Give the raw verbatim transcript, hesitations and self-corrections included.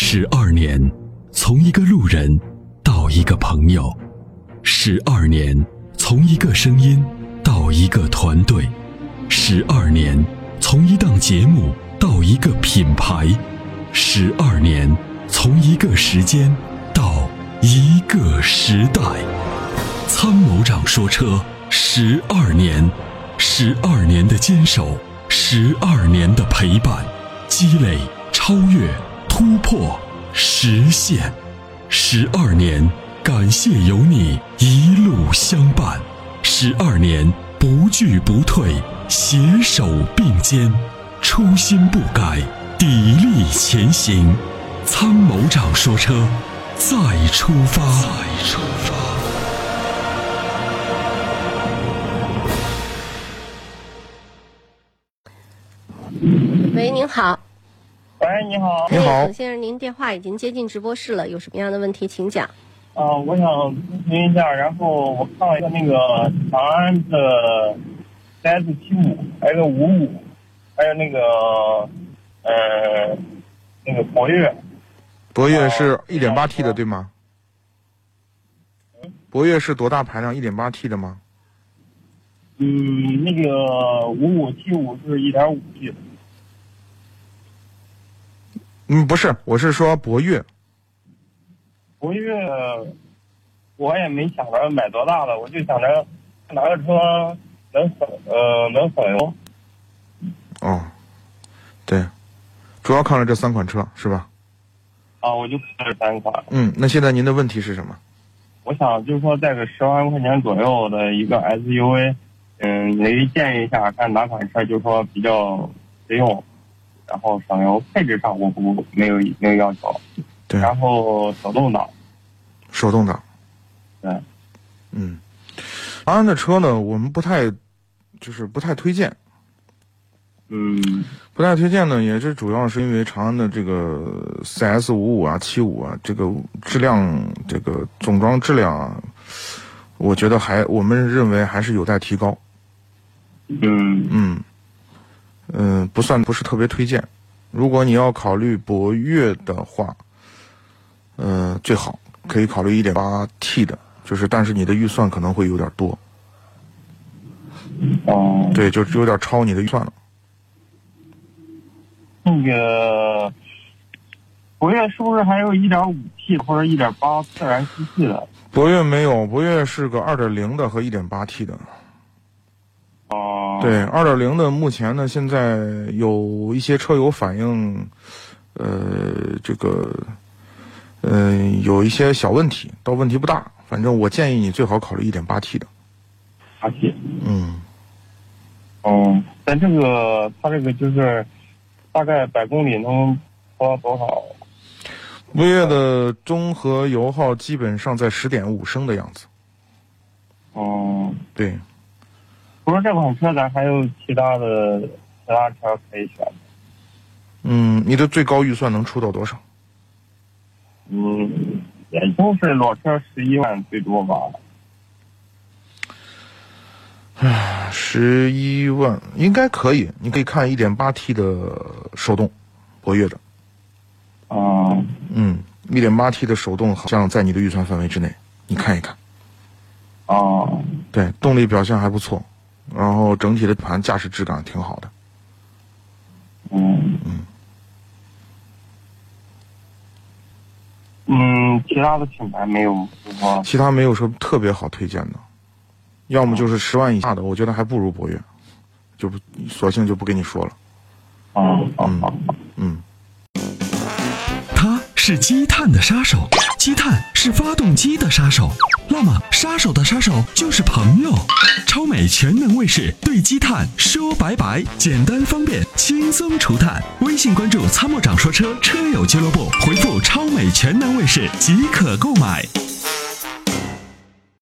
十二年，从一个路人到一个朋友；十二年，从一个声音到一个团队；十二年，从一档节目到一个品牌；十二年，从一个时间到一个时代。参谋长说车，十二年，十二年的坚守，十二年的陪伴，积累、超越、突破、实现。十二年，感谢有你一路相伴。十二年，不惧不退，携手并肩，初心不改，砥砺前行。参谋长说车，再出发。再出发。 喂，您好。 喂，你好。 你好， 董先生，您电话已经接进直播室了，有什么样的问题请讲。 啊、呃，我想咨询一下，然后我看了一个那个长安的 C S 七五，还有个五五，还有那个呃那个博越。 博越是 一点八 T 的对吗？博越是多大排量 ？一点八 T 的吗？ 嗯，那个五五 T 五是 一点五 T 的。 嗯，不是，我是说博越。 博越，我也没想着买多大的，我就想着哪个车能省呃能省油。 哦，对，主要看了这三款车是吧？ 啊，我就看这三款。 嗯，那现在您的问题是什么？ 我想就是说，在个十万块钱左右的一个 S U V， 嗯，你建议一下，看哪款车就是说比较实用，然后省油，配置上我不没有没有要求。 对， 然后手动挡。 手动挡。 对。 嗯，长安的车呢，我们不太，就是不太推荐。 嗯。 不太推荐呢，也是主要是因为长安的这个 C S 五五啊、七五啊，这个质量、这个总装质量啊，我觉得还我们认为还是有待提高。 嗯嗯嗯、呃，不算不是特别推荐。如果你要考虑博越的话，呃，最好可以考虑 一点八 T 的，就是但是你的预算可能会有点多。 哦。 对，就有点超你的预算了。 那个博越是不是还有 一点五 T 或者 一点八 自然吸气的？ 博越没有，博越是个 二点零 的和 一点八 T 的。 哦。 对 ，二点零 的目前呢，现在有一些车友反映，呃，这个，嗯、呃，有一些小问题，倒问题不大。反正我建议你最好考虑 一点八 T 的。 八 T。 嗯。 哦，但这个它这个就是大概百公里能跑多少？ 博越的综合油耗基本上在 十点五 升的样子。 哦。 对。 除了这款车，咱还有其他的其他车可以选。 嗯，你的最高预算能出到多少？ 嗯，也就是裸车十一万最多吧。 唉，十一万应该可以，你可以看 一点八 T 的手动，博越的。 啊。 嗯 ，一点八 T 的手动好像在你的预算范围之内，你看一看。 哦。 对，动力表现还不错，然后整体的盘驾驶质感挺好的。 嗯嗯。 嗯，其他的品牌没有吗？ 其他没有说特别好推荐的，要么就是十万以下的，我觉得还不如博越，就不索性就不跟你说了。 哦哦哦。 嗯。 它是积碳的杀手，积碳是发动机的杀手，那么杀手的杀手就是朋友。超美全能卫士对积碳说拜拜，简单方便，轻松除碳。微信关注参谋长说车车友俱乐部，回复超美全能卫士即可购买。